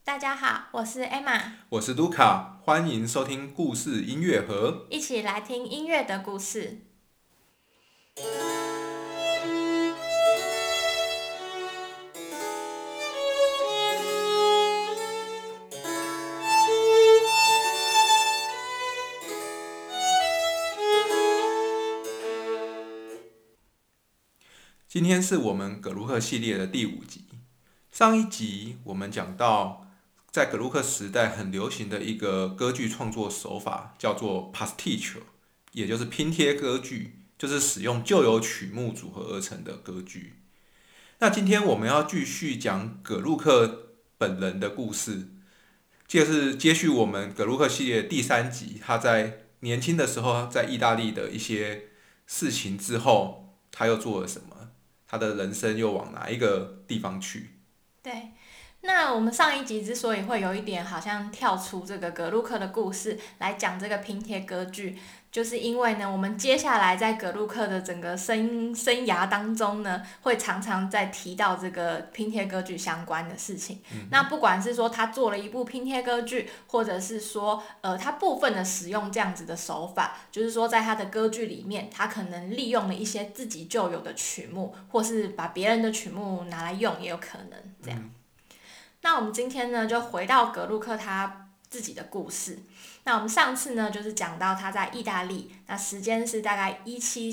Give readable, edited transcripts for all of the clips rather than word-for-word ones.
大家好，我是 Emma， 我是卢卡，欢迎收听故事音乐盒。 一起来听音乐的故事。 今天是我们葛鲁克系列的第5集。上一集我们讲到，在葛鲁克时代很流行的一个歌剧创作手法，叫做 pastiche， 也就是拼贴歌剧，就是使用旧有曲目组合而成的歌剧。那今天我们要继续讲葛鲁克本人的故事，就是接续我们葛鲁克系列第3集，他在年轻的时候在意大利的一些事情之后，他又做了什么？他的人生又往哪一个地方去？ 对，那我们上一集之所以会有一点好像跳出这个葛鲁克的故事来讲这个拼贴歌剧，就是因为呢，我们接下来在葛鲁克的整个生涯当中呢，会常常在提到这个拼贴歌剧相关的事情。那不管是说他做了一部拼贴歌剧，或者是说他部分的使用这样子的手法，就是说在他的歌剧里面，他可能利用了一些自己就有的曲目，或是把别人的曲目拿来用，也有可能这样。那我们今天呢，就回到葛鲁克他自己的故事。那我们上次呢，就是讲到他在意大利，那时间是大概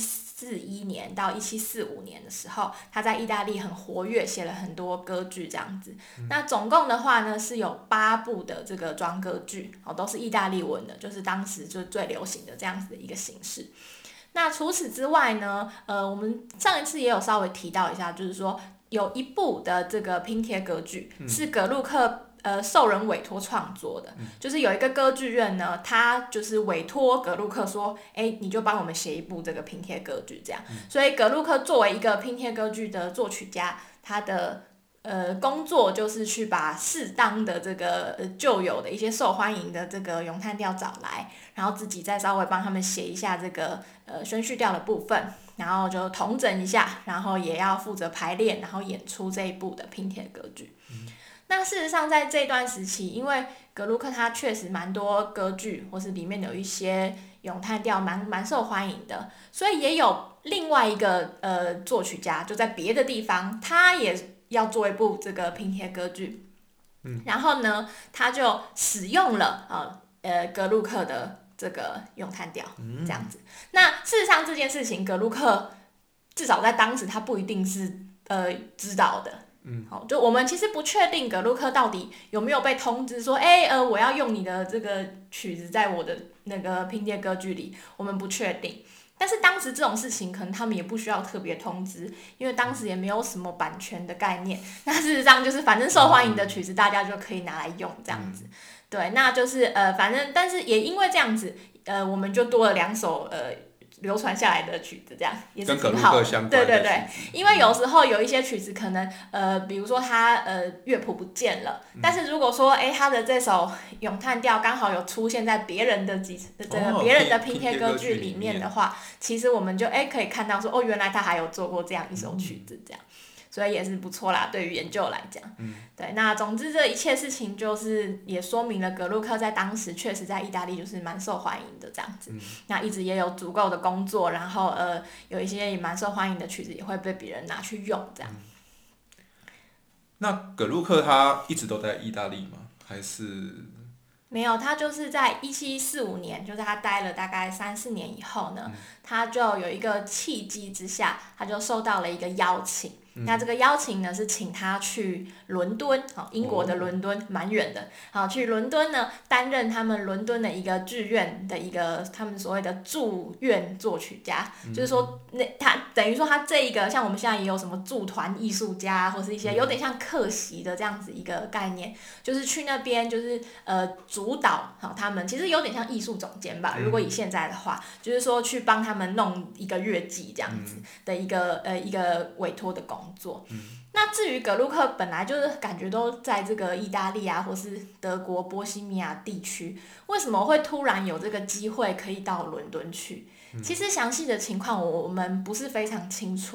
1741年到1745年的时候，他在意大利很活跃，写了很多歌剧这样子。那总共的话呢，是有8部的这个庄歌剧，都是意大利文的，就是当时就最流行的这样子的一个形式。那除此之外呢，我们上一次也有稍微提到一下，就是说有一部的这个拼贴歌剧是葛鲁克受人委托创作的，就是有一个歌剧院呢，他就是委托葛鲁克说，你就帮我们写一部这个拼贴歌剧这样。所以葛鲁克作为一个拼贴歌剧的作曲家，他的工作就是去把适当的这个旧有的一些受欢迎的这个咏叹调找来，然后自己再稍微帮他们写一下这个宣叙调的部分，然后就统整一下，然后也要负责排练，然后演出这一部的拼贴歌剧。那事实上在这段时期，因为葛鲁克他确实蛮多歌剧，或是里面有一些咏叹调蛮受欢迎的，所以也有另外一个作曲家就在别的地方，他也要做一部这个拼贴歌剧。然后呢，他就使用了葛鲁克的这个咏叹调，这样子。那事实上这件事情，葛鲁克至少在当时他不一定是知道的。好，就我们其实不确定葛鲁克到底有没有被通知说，我要用你的这个曲子在我的那个拼贴歌剧里，我们不确定。但是当时这种事情，可能他们也不需要特别通知，因为当时也没有什么版权的概念。那事实上就是，反正受欢迎的曲子，大家就可以拿来用这样子。对，那就是反正，但是也因为这样子，我们就多了2首流传下来的曲子，这样也是挺好的。对对对，因为有时候有一些曲子可能比如说它乐谱不见了，但是如果说它的这首咏叹调刚好有出现在别人的别人的拼贴歌剧里面的话，其实我们就可以看到说原来他还有做过这样一首曲子这样。所以也是不错啦，对于研究来讲。对，那总之这一切事情就是也说明了葛鲁克在当时确实在意大利就是蛮受欢迎的这样子。那一直也有足够的工作，然后有一些也蛮受欢迎的曲子也会被别人拿去用这样。 那葛鲁克他一直都在意大利吗？还是？ 没有，他就是在1745年，就是他待了大概3-4年以后呢，他就有一个契机之下，他就受到了一个邀请。那这个邀请呢是请他去伦敦，英国的伦敦，蛮远的。好，去伦敦呢担任他们伦敦的一个剧院的一个他们所谓的驻院作曲家，就是说他等于说他这一个像我们现在也有什么驻团艺术家，或是一些有点像客席的这样子一个概念，就是去那边就是主导他们，其实有点像艺术总监吧。如果以现在的话，就是说去帮他们弄一个乐季这样子的一个委托的工作。那至于葛鲁克本来就是感觉都在这个意大利啊，或是德国波西米亚地区，为什么会突然有这个机会可以到伦敦去？其实详细的情况我们不是非常清楚，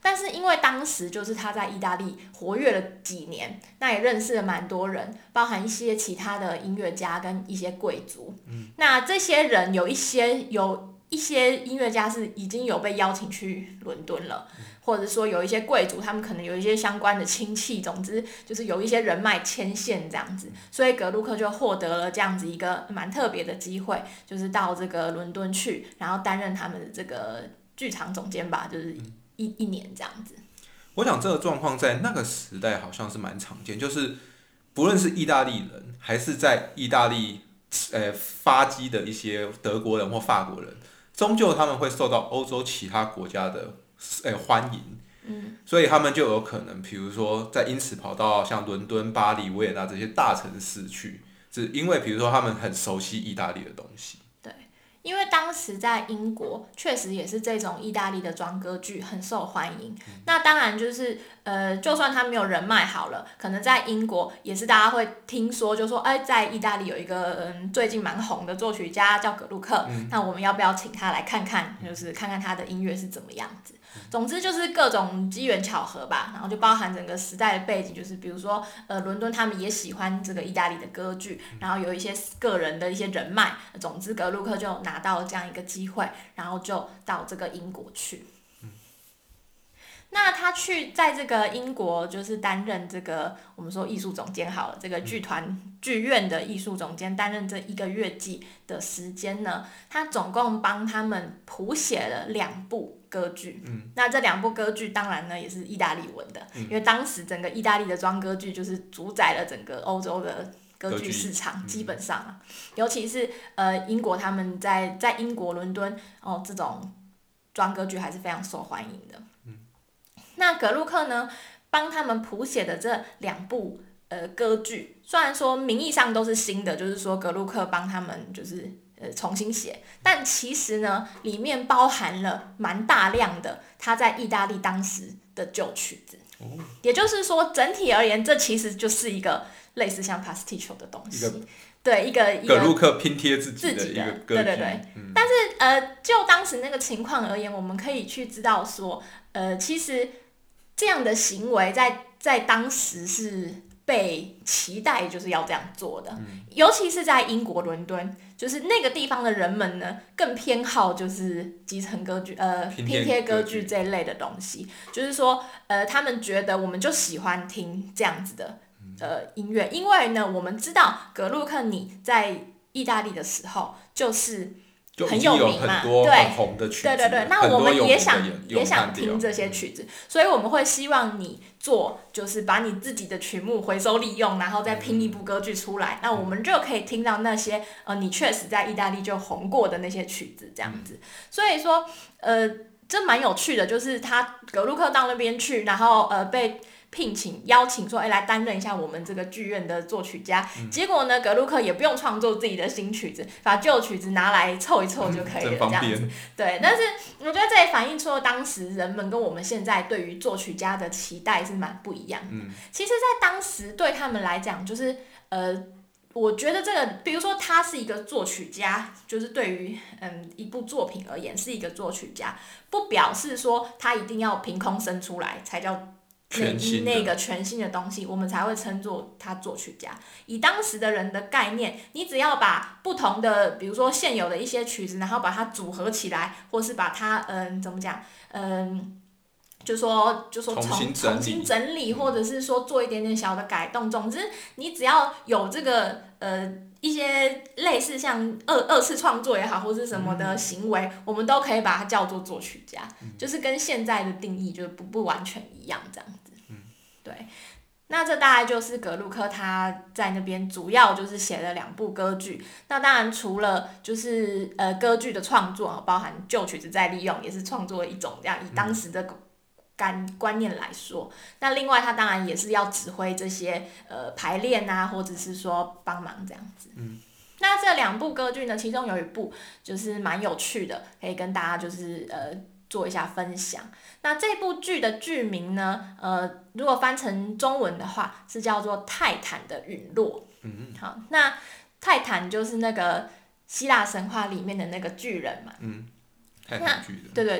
但是因为当时就是他在意大利活跃了几年，那也认识了蛮多人，包含一些其他的音乐家跟一些贵族。那这些人有一些音乐家是已经有被邀请去伦敦了，或者说有一些贵族，他们可能有一些相关的亲戚，总之就是有一些人脉牵线这样子，所以格鲁克就获得了这样子一个蛮特别的机会，就是到这个伦敦去，然后担任他们的这个剧场总监吧，就是一年这样子。 我想这个状况在那个时代好像是蛮常见，就是不论是意大利人，还是在意大利发迹的一些德国人或法国人，终究他们会受到欧洲其他国家的欢迎。所以他们就有可能，比如说因此跑到像伦敦、巴黎、维也纳这些大城市去，是因为比如说他们很熟悉意大利的东西。 因为当时在英国确实也是这种意大利的庄歌剧很受欢迎。那当然就是就算他没有人脉好了，可能在英国也是大家会听说，就说在意大利有一个最近蛮红的作曲家叫格鲁克，那我们要不要请他来看看，就是看看他的音乐是怎么样子。总之就是各种机缘巧合吧，然后就包含整个时代的背景，就是比如说伦敦他们也喜欢这个意大利的歌剧，然后有一些个人的一些人脉，总之格鲁克就拿到了这样一个机会，然后就到这个英国去。那他在这个英国就是担任这个我们说艺术总监好了，这个剧院的艺术总监，担任这1个月季的时间呢，他总共帮他们谱写了2部歌剧。那这2部歌剧当然呢也是意大利文的，因为当时整个意大利的庄歌剧就是主宰了整个欧洲的歌剧市场，基本上啊，尤其是英国他们在英国伦敦这种庄歌剧还是非常受欢迎的。那格鲁克呢，帮他们谱写的这2部歌剧，虽然说名义上都是新的，就是说格鲁克帮他们就是重新写，但其实呢，里面包含了蛮大量的他在意大利当时的旧曲子。也就是说，整体而言，这其实就是一个类似像 pasticho 的东西。对，一个格鲁克拼贴自己的一个歌剧。 对。但是就当时那个情况而言，我们可以去知道说，其实这样的行为在当时是被期待就是要这样做的，尤其是在英国伦敦，就是那个地方的人们呢，更偏好就是集成歌剧、拼贴歌剧这一类的东西，就是说，他们觉得我们就喜欢听这样子的音乐，因为呢，我们知道格鲁克你在意大利的时候就是很有名嘛， 对，很红的曲子， 对，那我们也想听这些曲子，所以我们会希望你就是把你自己的曲目回收利用，然后再拼一部歌剧出来，那我们就可以听到那些你确实在意大利就红过的那些曲子这样子。所以说这蛮有趣的，就是格鲁克到那边去，然后被邀请说，来担任一下我们这个剧院的作曲家。结果呢，格鲁克也不用创作自己的新曲子，把旧曲子拿来凑一凑就可以了，这样子。对，但是我觉得这也反映出了当时人们跟我们现在对于作曲家的期待是蛮不一样的。其实，在当时对他们来讲，就是我觉得这个，比如说他是一个作曲家，就是对于一部作品而言是一个作曲家，不表示说他一定要凭空生出来才叫那个全新的东西，我们才会称作他作曲家。以当时的人的概念，你只要把不同的，比如说现有的一些曲子，然后把它组合起来，或是把它怎么讲就说重新整理，或者是说做一点点小的改动。总之，你只要有这个一些类似像二次创作也好，或是什么的行为，我们都可以把它叫做作曲家，就是跟现在的定义就不完全一样这样子。对。那这大概就是格鲁克他在那边主要就是写了2部歌剧。那当然除了就是歌剧的创作，包含旧曲子再利用，也是创作的一种这样，以当时的观念来说，那另外他当然也是要指挥这些排练啊，或者是说帮忙这样子。那这2部歌剧呢，其中有一部就是蛮有趣的，可以跟大家就是做一下分享。那这部剧的剧名呢，如果翻成中文的话，是叫做《泰坦的陨落》。好，那泰坦就是那个希腊神话里面的那个巨人嘛。 泰坦巨人。 对。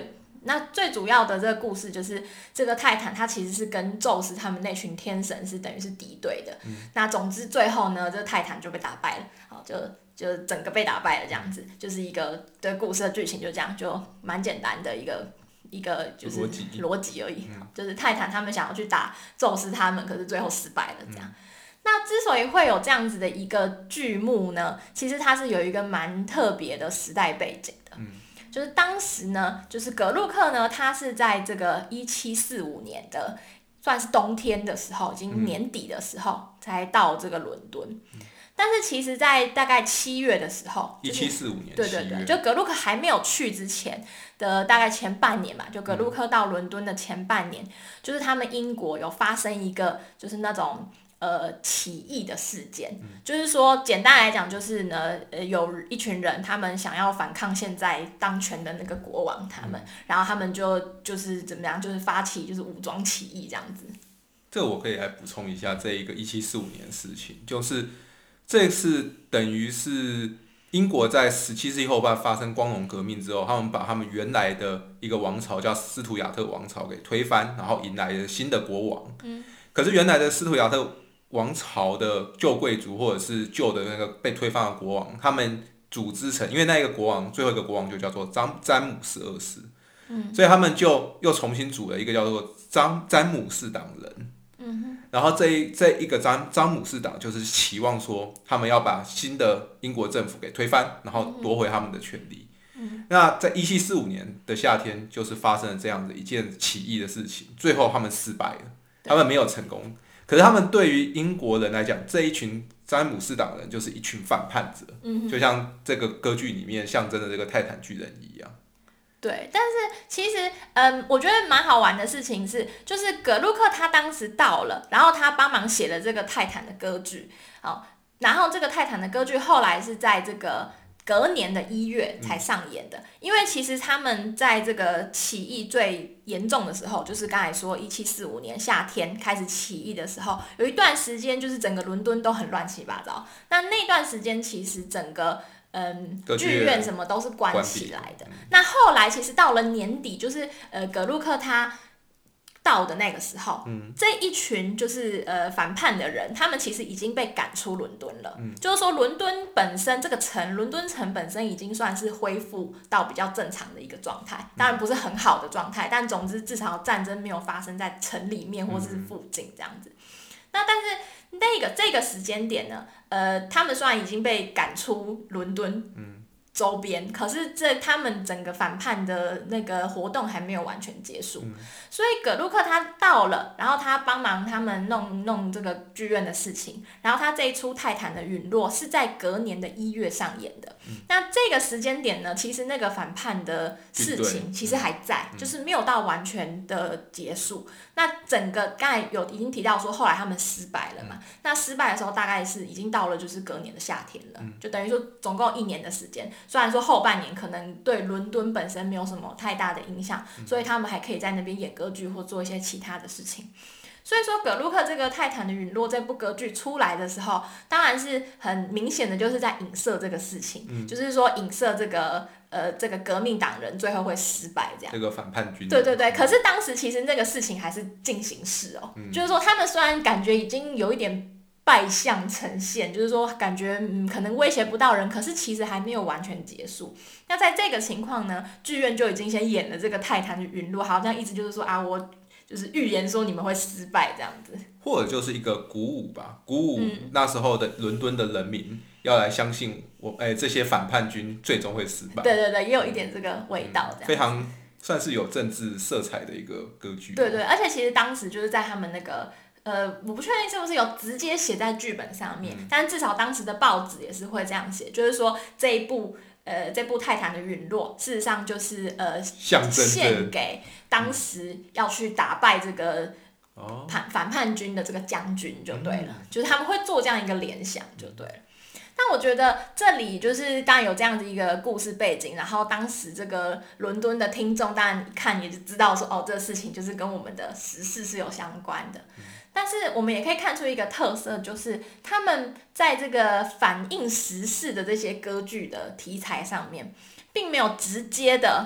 那最主要的这个故事就是这个泰坦，他其实是跟宙斯他们那群天神是等于是敌对的。那总之最后呢，这个泰坦就被打败了，好就整个被打败了这样子，就是一个对故事的剧情就这样，就蛮简单的一个就是逻辑而已。就是泰坦他们想要去打宙斯他们，可是最后失败了这样。那之所以会有这样子的一个剧目呢，其实它是有一个蛮特别的时代背景的。就是当时呢，就是葛路克呢，他是在这个1745年的算是冬天的时候，已经年底的时候才到这个伦敦。但是其实，在大概7月的时候 ，1745年， 对对对，就葛路克还没有去之前的大概前半年吧，就葛路克到伦敦的前半年，就是他们英国有发生一个就是那种起义的事件，就是说简单来讲就是呢，有一群人他们想要反抗现在当权的那个国王他们，然后他们就是怎么样，就是发起就是武装起义这样子。 这个我可以来补充一下，这一个1745年的事情，就是这次等于是英国在17世纪后半发生光荣革命之后，他们把他们原来的一个王朝叫斯图亚特王朝给推翻，然后迎来了新的国王。可是原来的斯图亚特王朝的旧贵族或者是旧的那个被推翻的国王，他们组织成，因为那一个国王最后一个国王就叫做詹姆斯二世，所以他们就又重新组了一个叫做詹姆士党人。然后这一个詹姆士党就是期望说，他们要把新的英国政府给推翻，然后夺回他们的权利。那在1745年的夏天，就是发生了这样的一件起义的事情，最后他们失败了，他们没有成功。可是他们对于英国人来讲，这一群詹姆士党人就是一群反叛者，就像这个歌剧里面象征的这个泰坦巨人一样。 对，但是其实，我觉得蛮好玩的事情是，就是葛路克他当时到了，然后他帮忙写了这个泰坦的歌剧，好，然后这个泰坦的歌剧后来是在这个隔年的1月才上演的，因为其实他们在这个起义最严重的时候，就是刚才说1745年夏天开始起义的时候，有一段时间就是整个伦敦都很乱七八糟，那段时间其实整个剧院什么都是关起来的。那后来其实到了年底，就是葛路克他到的那个时候，这一群就是反叛的人，他们其实已经被赶出伦敦了。就是说，伦敦本身这个城，伦敦城本身已经算是恢复到比较正常的一个状态，当然不是很好的状态，但总之至少战争没有发生在城里面或是附近这样子。那但是这个时间点呢，他们虽然已经被赶出伦敦周边，可是他们整个反叛的那个活动还没有完全结束，所以葛路克他到了，然后他帮忙他们弄这个剧院的事情，然后他这一出泰坦的陨落是在隔年的1月上演的。那这个时间点呢，其实那个反叛的事情其实还在，就是没有到完全的结束。那整个刚才已经提到说，后来他们失败了嘛，那失败的时候大概是已经到了就是隔年的夏天了，就等于说总共1年的时间。虽然说后半年可能对伦敦本身没有什么太大的影响，所以他们还可以在那边演歌剧或做一些其他的事情。所以说葛路克这个泰坦的陨落这部歌剧出来的时候，当然是很明显的就是在影射这个事情，就是说影射这个革命党人最后会失败这样。 这个反叛军。 对对对，可是当时其实那个事情还是进行式哦，就是说他们虽然感觉已经有一点败相呈现，就是说感觉可能威胁不到人，可是其实还没有完全结束。那在这个情况呢，剧院就已经先演了这个泰坦的陨落，好像意思就是说啊，我就是预言说你们会失败这样子， 或者就是一个鼓舞吧，鼓舞那时候的伦敦的人民要来相信这些反叛军最终会失败。 对对对，也有一点这个味道这样， 非常算是有政治色彩的一个歌剧。 对对，而且其实当时就是在他们那个我不确定是不是有直接写在剧本上面，但至少当时的报纸也是会这样写，就是说这部泰坦的陨落，事实上就是象征献给当时要去打败这个反叛军的这个将军就对了，就是他们会做这样一个联想就对了。但我觉得这里就是当然有这样的一个故事背景，然后当时这个伦敦的听众当然一看也就知道说，这个事情就是跟我们的时事是有相关的。但是我们也可以看出一个特色，就是他们在这个反映时事的这些歌剧的题材上面，并没有直接的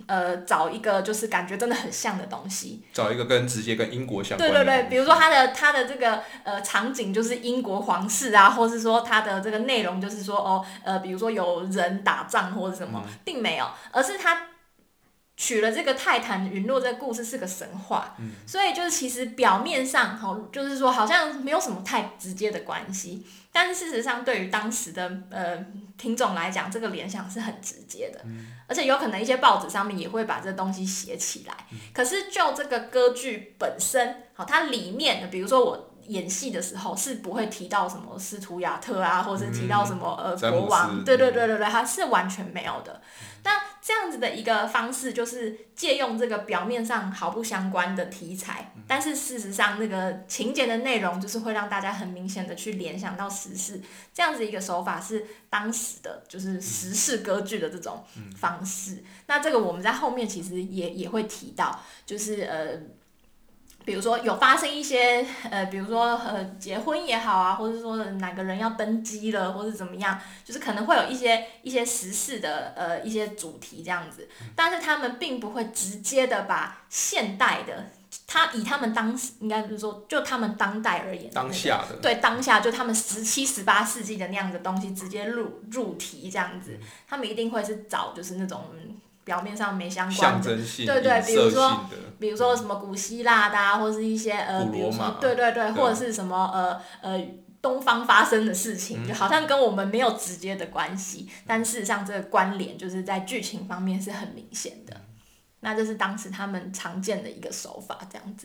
找一个就是感觉真的很像的东西， 找一个直接跟英国相关的。 对对对，比如说它的这个场景就是英国皇室啊，或是说它的这个内容就是说比如说有人打仗或者什么，并没有，而是它取了这个泰坦陨落这个故事是个神话，所以就是其实表面上就是说好像没有什么太直接的关系，但是事实上对于当时的听众来讲，这个联想是很直接的，而且有可能一些报纸上面也会把这东西写起来。可是就这个歌剧本身，它里面比如说我演戏的时候是不会提到什么斯图亚特啊，或是提到什么国王，对，它是完全没有的。那这样子的一个方式，就是借用这个表面上毫不相关的题材，但是事实上那个情节的内容，就是会让大家很明显的去联想到时事。这样子一个手法是当时的就是时事歌剧的这种方式。那这个我们在后面其实也会提到，就是比如说有发生一些比如说结婚也好啊，或者说哪个人要登基了，或是怎么样，就是可能会有一些时事的一些主题这样子，但是他们并不会直接的把现代的。以他们当时应该就是说，就他们当代而言， 当下的对当下就他们17、18世纪的那样的东西直接入题这样子，他们一定会是找就是那种表面上没相关的， 象征性、 对，比如说什么嗯古希腊的啊，或是一些比如说对，或者是什么东方发生的事情，就好像跟我们没有直接的关系，但事实上这个关联就是在剧情方面是很明显的。那这是当时他们常见的一个手法，这样子。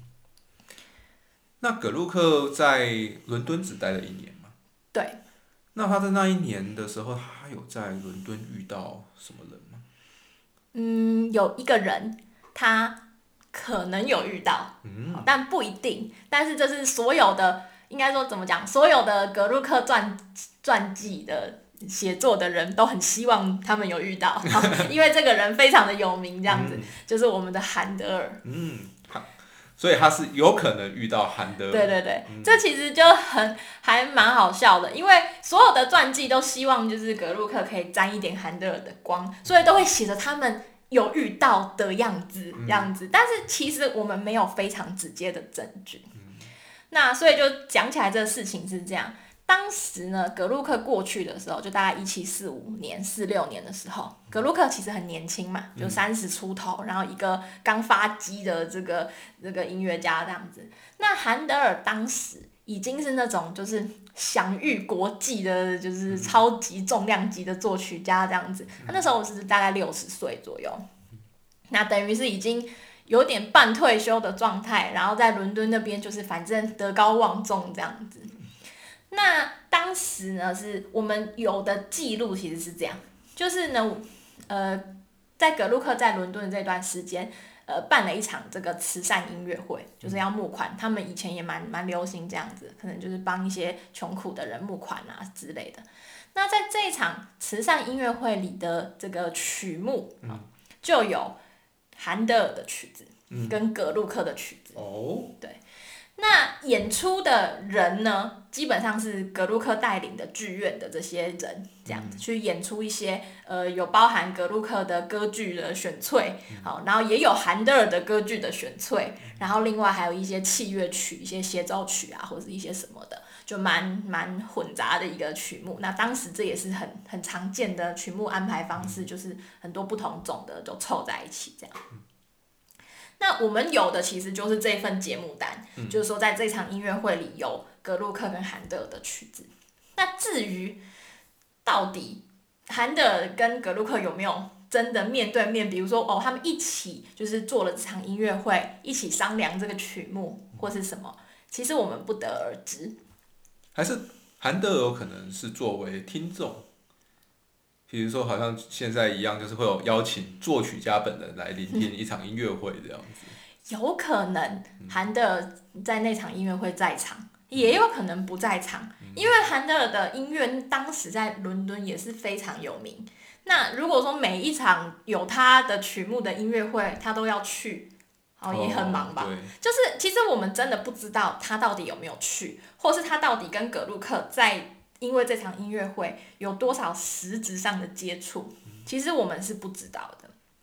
那葛路克在伦敦只待了1年嘛？ 对。 那他在那1年的时候，他有在伦敦遇到什么人吗？ 有一个人，他可能有遇到，但不一定。但是这是所有的，应该说怎么讲？所有的葛路克传记的写作的人都很希望他们有遇到，因为这个人非常的有名，这样子，就是我们的韩德尔。 所以他是有可能遇到韩德尔。 对，这其实就还蛮好笑的，因为所有的传记都希望就是葛路克可以沾一点韩德尔的光，所以都会写着他们有遇到的样子，但是其实我们没有非常直接的证据。那所以就讲起来这个事情是这样。当时呢，葛路克过去的时候，就大概1745年、46年的时候，葛路克其实很年轻嘛，就30出头，然后一个刚发迹的这个音乐家这样子。那韩德尔当时已经是那种就是享誉国际的，就是超级重量级的作曲家这样子。他那时候是大概60岁左右，那等于是已经有点半退休的状态，然后在伦敦那边就是反正德高望重这样子。那当时呢，是我们有的记录其实是这样，就是呢，在葛路克在伦敦的这段时间，办了一场这个慈善音乐会，就是要募款。他们以前也蛮流行这样子，可能就是帮一些穷苦的人募款啊之类的。那在这一场慈善音乐会里的这个曲目，就有韩德尔的曲子，跟葛路克的曲子。对。那演出的人呢，基本上是葛路克带领的剧院的这些人，这样子去演出一些有包含葛路克的歌剧的选粹，好，然后也有韩德尔的歌剧的选粹，然后另外还有一些器乐曲、一些协奏曲啊，或者是一些什么的，就蛮混杂的一个曲目。那当时这也是很常见的曲目安排方式，就是很多不同种的都凑在一起这样。那我们有的其实就是这份节目单，就是说在这场音乐会里有葛路克跟韩德尔的曲子。那至于到底韩德尔跟葛路克有没有真的面对面，比如说他们一起就是做了这场音乐会，一起商量这个曲目或是什么，其实我们不得而知。 还是韩德尔有可能是作为听众。比如说，好像现在一样，就是会有邀请作曲家本人来聆听一场音乐会这样子。 有可能韩德尔在那场音乐会在场，也有可能不在场，因为韩德尔的音乐当时在伦敦也是非常有名。那如果说每一场有他的曲目的音乐会，他都要去，也很忙吧？就是其实我们真的不知道他到底有没有去，或是他到底跟葛路克因为这场音乐会有多少实质上的接触，其实我们是不知道的。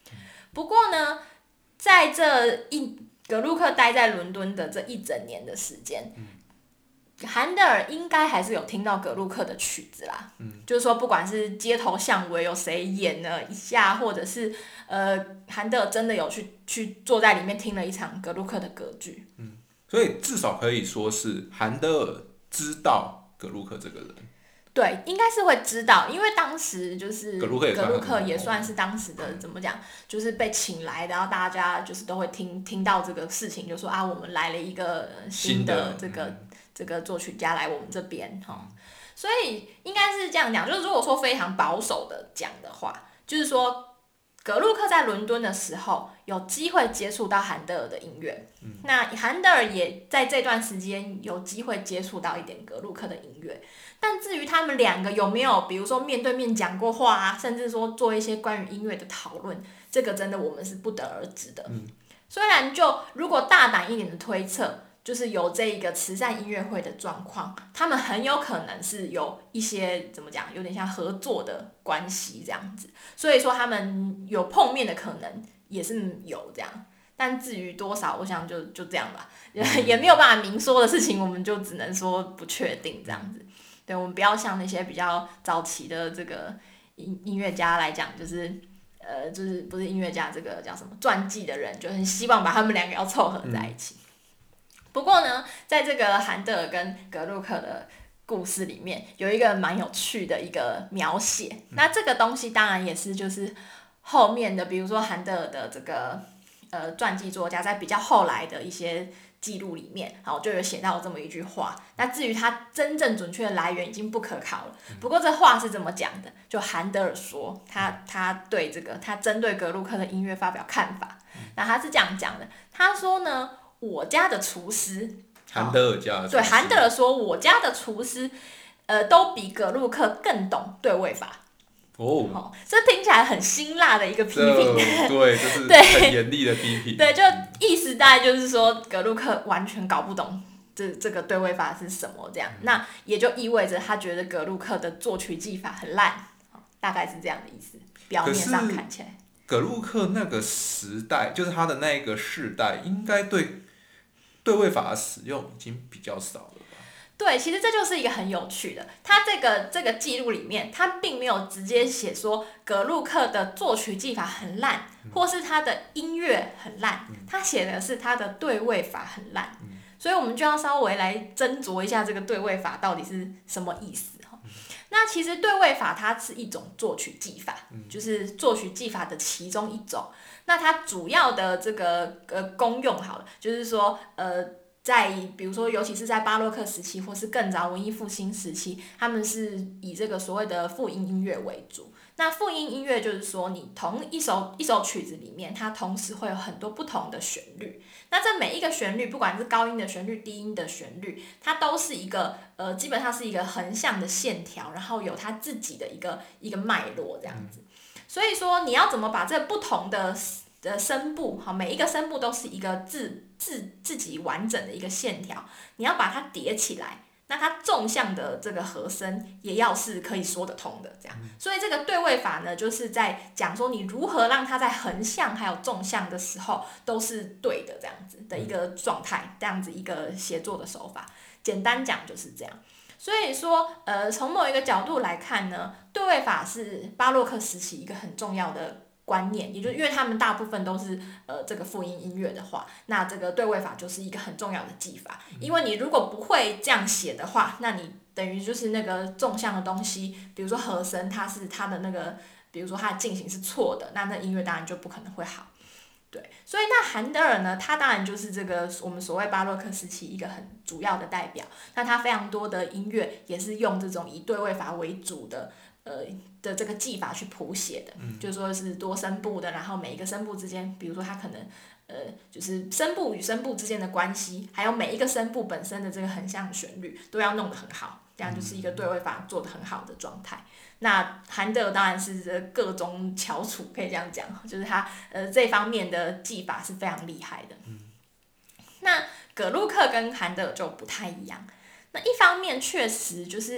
不过呢，在格鲁克待在伦敦的这一整年的时间，韩德尔应该还是有听到格鲁克的曲子啦。就是说不管是街头巷尾有谁演了一下，或者是韩德尔真的有去坐在里面听了一场格鲁克的歌剧。 所以至少可以说是韩德尔知道格鲁克这个人。 对，应该是会知道，因为当时就是格鲁克也算是当时的怎么讲，就是被请来的，然后大家就是都会听到这个事情，就说啊，我们来了一个新的这个作曲家来我们这边哈，所以应该是这样讲，就是如果说非常保守的讲的话，就是说。格鲁克在伦敦的时候，有机会接触到韩德尔的音乐。那韩德尔也在这段时间有机会接触到一点格鲁克的音乐。但至于他们两个有没有，比如说面对面讲过话啊，甚至说做一些关于音乐的讨论，这个真的我们是不得而知的。虽然就如果大胆一点的推测。就是有这一个慈善音乐会的状况，他们很有可能是有一些怎么讲，有点像合作的关系这样子，所以说他们有碰面的可能也是有这样，但至于多少，我想就这样吧，也没有办法明说的事情，我们就只能说不确定这样子。对，我们不要像那些比较早期的这个音乐家来讲，就是不是音乐家，这个叫什么传记的人，就很希望把他们两个要凑合在一起。不过呢，在这个韩德尔跟格鲁克的故事里面，有一个蛮有趣的一个描写。那这个东西当然也是就是后面的，比如说韩德尔的这个传记作家，在比较后来的一些记录里面，好就有写到这么一句话。那至于它真正准确的来源已经不可考了。不过这话是怎么讲的？就韩德尔说，他对这个他针对格鲁克的音乐发表看法。那他是这样讲的，他说呢。我家的厨师， 韩德尔家的厨师， 对韩德尔说，我家的厨师，都比格鲁克更懂对位法。这听起来很辛辣的一个批评， 对，就是很严厉的批评。 对，就意思大概就是说，格鲁克完全搞不懂这个对位法是什么这样，那也就意味着他觉得格鲁克的作曲技法很烂，大概是这样的意思。表面上看起来， 格鲁克那个时代，就是他的那一个世代，应该对位法的使用已经比较少了吧？ 对，其实这就是一个很有趣的，他这个记录里面，他并没有直接写说格鲁克的作曲技法很烂，或是他的音乐很烂，他写的是他的对位法很烂，所以我们就要稍微来斟酌一下这个对位法到底是什么意思。那其实对位法它是一种作曲技法，就是作曲技法的其中一种。那它主要的这个功用好了，就是说在比如说尤其是在巴洛克时期或是更早文艺复兴时期，他们是以这个所谓的复音音乐为主。那复音音乐就是说，你同一首曲子里面，它同时会有很多不同的旋律。那这每一个旋律，不管是高音的旋律、低音的旋律，它都是一个基本上是一个横向的线条，然后有它自己的一个脉络这样子。所以说，你要怎么把这不同的声部，好，每一个声部都是一个自己完整的一个线条，你要把它叠起来。那它纵向的这个和声也要是可以说得通的，这样。所以这个对位法呢，就是在讲说你如何让它在横向还有纵向的时候都是对的，这样子的一个状态，这样子一个协作的手法。简单讲就是这样。所以说，从某一个角度来看呢，对位法是巴洛克时期一个很重要的观念，也就是因为他们大部分都是这个复音音乐的话，那这个对位法就是一个很重要的技法。因为你如果不会这样写的话，那你等于就是那个纵向的东西，比如说和声，它的那个，比如说它的进行是错的，那音乐当然就不可能会好。对，所以那韩德尔呢，他当然就是这个我们所谓巴洛克时期一个很主要的代表。那他非常多的音乐也是用这种以对位法为主的这个技法去谱写的，就说是多声部的，然后每一个声部之间，比如说它可能就是声部与声部之间的关系，还有每一个声部本身的这个横向旋律都要弄得很好，这样就是一个对位法做得很好的状态。那韩德尔当然是各中翘楚，可以这样讲，就是他这方面的技法是非常厉害的。那葛鲁克跟韩德尔就不太一样。那一方面确实就是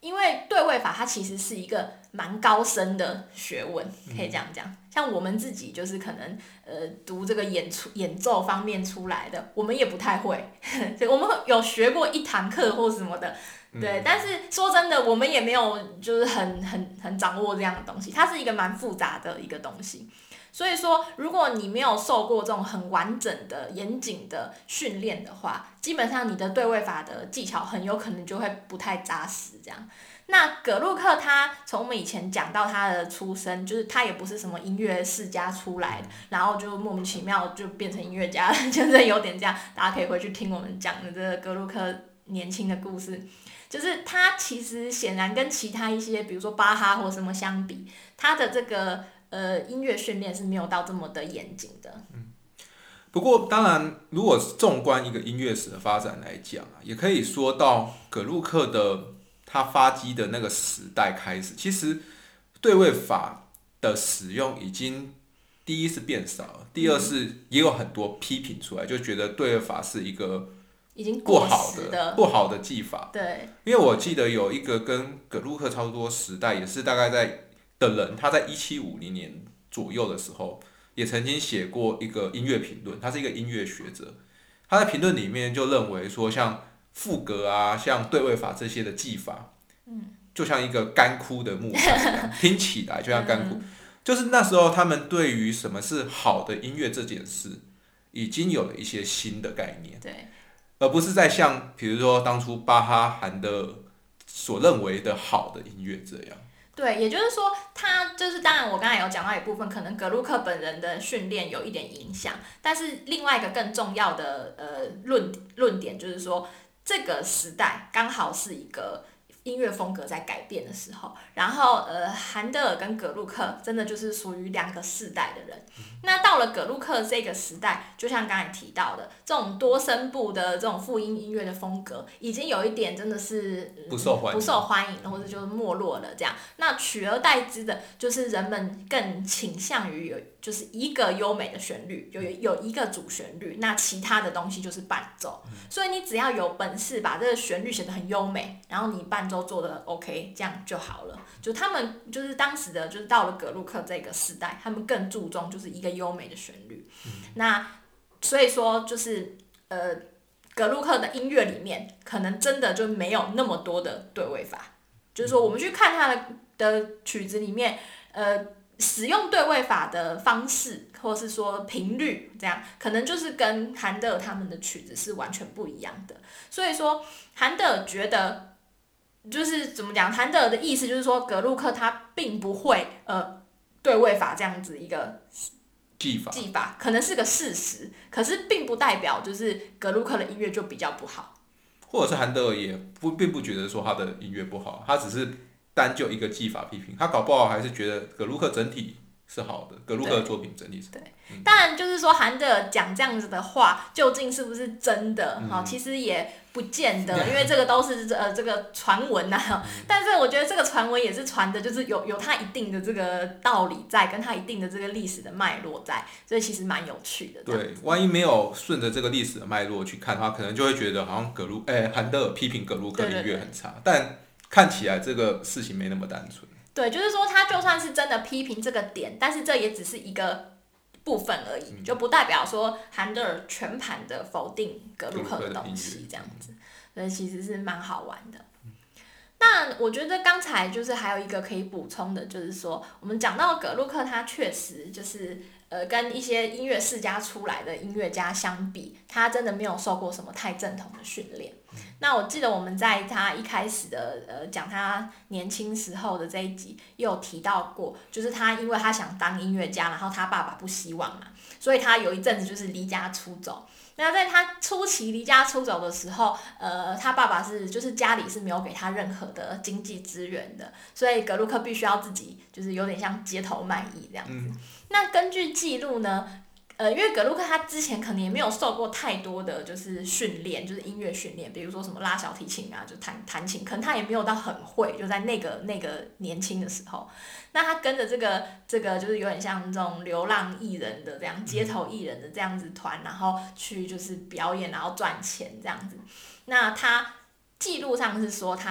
因为对位法它其实是一个蛮高深的学问，可以这样讲。像我们自己就是可能读这个演奏方面出来的，我们也不太会，我们有学过一堂课或什么的，对。但是说真的，我们也没有就是很掌握这样的东西，它是一个蛮复杂的一个东西。所以说，如果你没有受过这种很完整的、严谨的训练的话，基本上你的对位法的技巧很有可能就会不太扎实。这样，那葛路克他从我们以前讲到他的出身，就是他也不是什么音乐世家出来的，然后就莫名其妙就变成音乐家了，就是有点这样。大家可以回去听我们讲的这个葛路克年轻的故事。就是他其实显然跟其他一些，比如说巴哈或什么相比，他的这个音乐训练是没有到这么的严谨的。 不过当然，如果纵观一个音乐史的发展来讲啊，也可以说到葛路克的他发迹的那个时代开始，其实对位法的使用已经第一是变少了，第二是也有很多批评出来，就觉得对位法是一个已经过时的不好的技法。 对， 因为我记得有一个跟葛路克差不多时代，也是大概的人，他在1750年左右的时候，也曾经写过一个音乐评论，他是一个音乐学者，他在评论里面就认为说，像赋格啊，像对位法这些的技法，就像一个干枯的木材一样，听起来就像干枯。就是那时候他们对于什么是好的音乐这件事，已经有了一些新的概念， 对， 而不是在像比如说当初巴哈、韩德尔所认为的好的音乐这样。 对，也就是说，他就是当然，我刚才有讲到一部分，可能格鲁克本人的训练有一点影响，但是另外一个更重要的论点就是说，这个时代刚好是一个音乐风格在改变的时候，然后韩德尔跟葛路克真的就是属于两个世代的人。那到了葛路克这个时代，就像刚才提到的，这种多声部的这种复音音乐的风格，已经有一点真的是不受欢迎，或者就是没落了这样。那取而代之的，就是人们更倾向于就是一个优美的旋律，有一个主旋律，那其他的东西就是伴奏。所以你只要有本事把这个旋律写得很优美，然后你伴奏做得 OK， 这样就好了。就他们就是当时的，就是到了葛路克这个时代，他们更注重就是一个优美的旋律。那所以说就是葛路克的音乐里面，可能真的就没有那么多的对位法。就是说我们去看他的曲子里面，使用对位法的方式，或是说频率，这样可能就是跟韩德尔他们的曲子是完全不一样的。所以说，韩德尔觉得，就是怎么讲？韩德尔的意思就是说，葛路克他并不会对位法这样子一个技法，可能是个事实，可是并不代表就是葛路克的音乐就比较不好， 或者是韩德尔也并不觉得说他的音乐不好，他只是单就一个技法批评，他搞不好还是觉得葛路克整体是好的，葛路克的作品整体是好的。 当然就是说韩德尔讲这样子的话，究竟是不是真的？其实也不见得，因为这个都是这个传闻呐。但是我觉得这个传闻也是传的，就是有它一定的这个道理在，跟它一定的这个历史的脉络在，所以其实蛮有趣的。 对，万一没有顺着这个历史的脉络去看的话，可能就会觉得好像韩德尔批评葛路克音乐很差，但看起来这个事情没那么单纯。 对，就是说他就算是真的批评这个点，但是这也只是一个部分而已，就不代表说韩德尔全盘的否定葛路克的东西这样子，所以其实是蛮好玩的。那我觉得刚才就是还有一个可以补充的，就是说我们讲到葛路克，他确实就是跟一些音乐世家出来的音乐家相比，他真的没有受过什么太正统的训练。那我记得我们在他一开始的讲他年轻时候的这一集，也有提到过，就是他因为他想当音乐家，然后他爸爸不希望嘛，所以他有一阵子就是离家出走。那在他初期离家出走的时候，他爸爸就是家里是没有给他任何的经济资源的，所以葛路克必须要自己就是有点像街头卖艺这样子。那根据记录呢，因为葛路克他之前可能也没有受过太多的就是训练，就是音乐训练，比如说什么拉小提琴啊，就弹琴，可能他也没有到很会，就在那个年轻的时候。那他跟着这个就是有点像这种流浪艺人的这样街头艺人的这样子团，然后去就是表演，然后赚钱这样子。那他记录上是说他会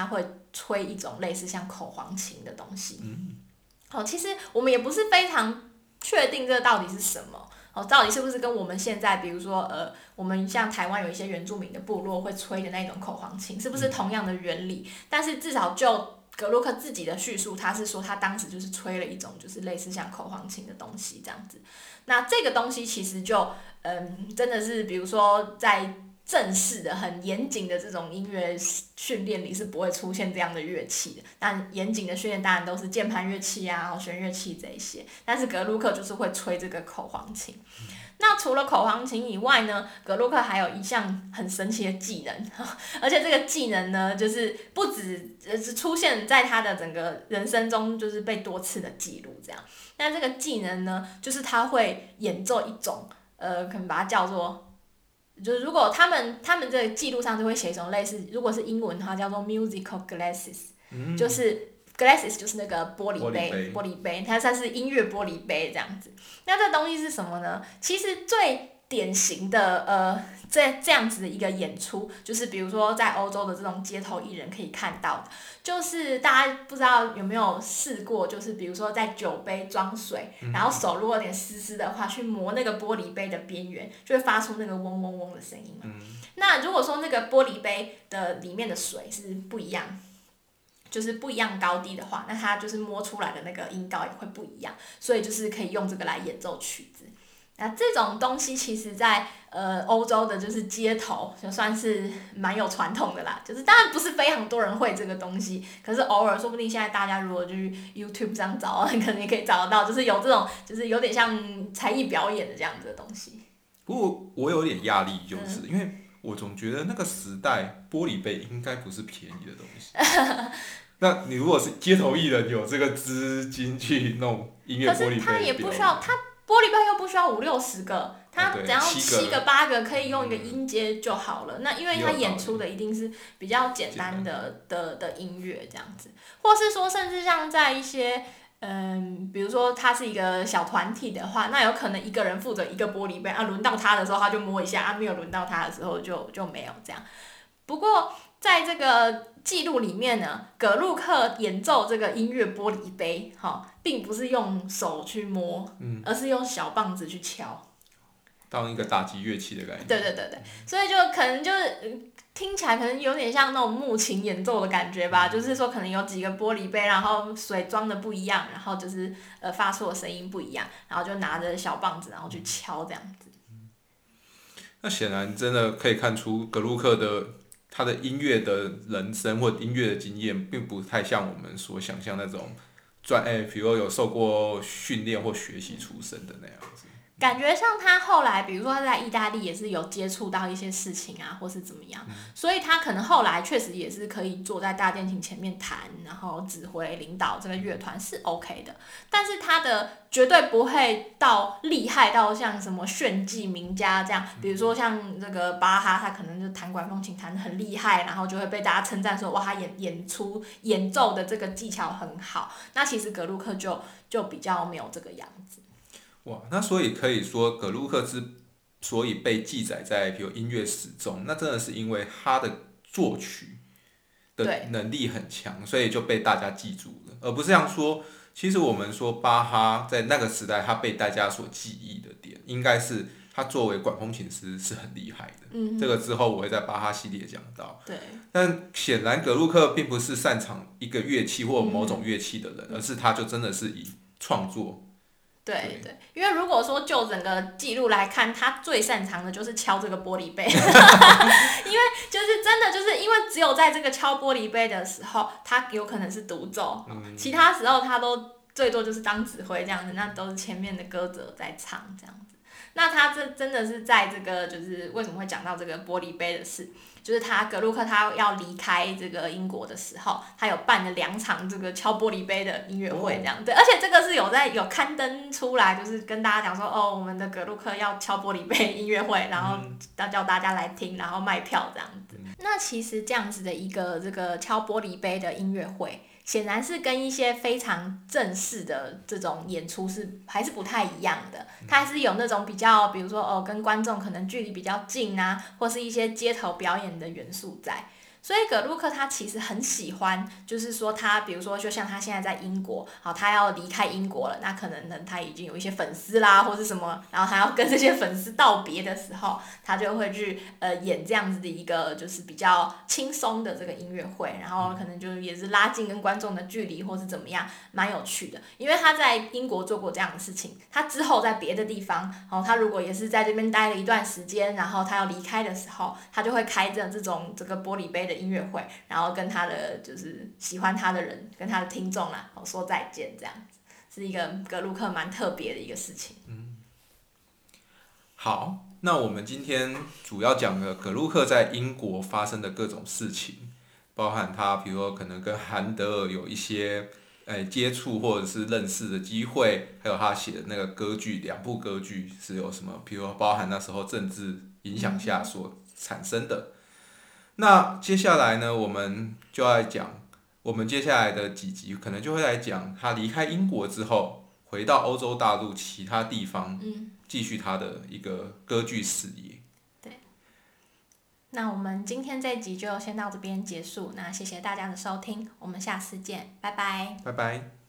吹一种类似像口簧琴的东西。其实我们也不是非常确定这到底是什么。到底是不是跟我们现在，比如说我们像台湾有一些原住民的部落会吹的那种口簧琴，是不是同样的原理？但是至少就格鲁克自己的叙述，他是说他当时就是吹了一种就是类似像口簧琴的东西这样子。那这个东西其实就真的是比如说在正式的很严谨的这种音乐训练里是不会出现这样的乐器的。但严谨的训练当然都是键盘乐器啊、弦乐器这一些，但是格鲁克就是会吹这个口簧琴。那除了口簧琴以外呢，格鲁克还有一项很神奇的技能，而且这个技能呢，就是不止出现在他的整个人生中，就是被多次的记录这样。那这个技能呢，就是他会演奏一种可能把它叫做。就是如果他们这个记录上就会写一种类似，如果是英文的话叫做 musical glasses，就是 glasses 就是那个玻璃杯，它是音乐玻璃杯这样子。那这东西是什么呢？其实最典型的这样子的一个演出，就是比如说在欧洲的这种街头艺人可以看到的，就是大家不知道有没有试过，就是比如说在酒杯装水，然后手如果有点湿湿的话，去磨那个玻璃杯的边缘，就会发出那个嗡嗡嗡的声音嘛。那如果说那个玻璃杯的里面的水是不一样，就是不一样高低的话，那它就是摸出来的那个音高也会不一样，所以就是可以用这个来演奏曲子。那这种东西其实在欧洲的就是街头就算是蛮有传统的啦，就是当然不是非常多人会这个东西，可是偶尔说不定现在大家如果去 YouTube 上找，可能也可以找得到，就是有这种就是有点像才艺表演的这样子的东西。 不过我有点压力，就是因为我总觉得那个时代玻璃杯应该不是便宜的东西。那你如果是街头艺人有这个资金去弄音乐玻璃杯， 可是他也不需要，他玻璃杯又不需要50-60个，他只要7个8个可以用一个音阶就好了。那因为他演出的一定是比较简单的音乐这样子，或是说甚至像在一些比如说他是一个小团体的话，那有可能一个人负责一个玻璃杯啊，轮到他的时候他就摸一下啊，没有轮到他的时候就没有这样。不过在这个记录里面呢，葛路克演奏这个音乐玻璃杯，并不是用手去摸，而是用小棒子去敲， 当一个打击乐器的概念。 对，所以就可能就是听起来可能有点像那种木琴演奏的感觉吧，就是说可能有几个玻璃杯，然后水装的不一样，然后就是发出的声音不一样，然后就拿着小棒子然后去敲这样子。 那显然真的可以看出葛路克他的音乐的人生或音乐的经验，并不太像我们所想象那种比如有受过训练或学习出身的那样子。 感觉像他后来，比如说他在意大利也是有接触到一些事情啊，或是怎么样，所以他可能后来确实也是可以坐在大键琴前面弹，然后指挥领导这个乐团是 OK 的，但是他的绝对不会到厉害到像什么炫技名家这样，比如说像这个巴哈，他可能就弹管风琴弹得很厉害，然后就会被大家称赞说哇，他演奏的这个技巧很好。那其实葛路克就比较没有这个样子。 哇，那所以可以说葛路克之所以被记载在比如音乐史中，那真的是因为他的作曲的能力很强，所以就被大家记住了，而不是像说，其实我们说巴哈在那个时代他被大家所记忆的点，应该是他作为管风琴师是很厉害的。这个之后我会在巴哈系列讲到。 对。 但显然葛路克并不是擅长一个乐器或某种乐器的人，而是他就真的是以创作。 对，因为如果说就整个记录来看，他最擅长的就是敲这个玻璃杯，因为就是真的就是因为只有在这个敲玻璃杯的时候，他有可能是独奏，其他时候他都最多就是当指挥这样子，那都是前面的歌者在唱这样子。那他这真的是在这个就是为什么会讲到这个玻璃杯的事，就是葛路克他要离开这个英国的时候，他有办了2场这个敲玻璃杯的音乐会这样。对，而且这个是有刊登出来，就是跟大家讲说我们的葛路克要敲玻璃杯音乐会，然后叫大家来听，然后卖票这样子。那其实这样子的一个这个敲玻璃杯的音乐会，显然是跟一些非常正式的这种演出还是不太一样的，它还是有那种比较，比如说跟观众可能距离比较近啊，或是一些街头表演的元素在。 所以葛路克他其实很喜欢，就是说他比如说就像他现在在英国，好，他要离开英国了，那可能他已经有一些粉丝啦，或是什么，然后他要跟这些粉丝道别的时候，他就会去演这样子的一个就是比较轻松的这个音乐会，然后可能就也是拉近跟观众的距离，或是怎么样，蛮有趣的。因为他在英国做过这样的事情，他之后在别的地方，他如果也是在这边待了一段时间，然后他要离开的时候，他就会开着这个玻璃杯的音乐会，然后跟他的就是喜欢他的人，跟他的听众啦，说再见，这样子是一个格鲁克蛮特别的一个事情。 好，那我们今天主要讲了葛路克在英国发生的各种事情，包含他比如说可能跟韩德尔有一些接触或者是认识的机会，还有他写的那个歌剧，两部歌剧是有什么，比如说包含那时候政治影响下所产生的。那接下来呢，我们就要来讲，我们接下来的几集可能就会来讲他离开英国之后，回到欧洲大陆其他地方，继续他的一个歌剧事业。 对，那我们今天这一集就先到这边结束，那谢谢大家的收听，我们下次见，拜拜。 拜拜。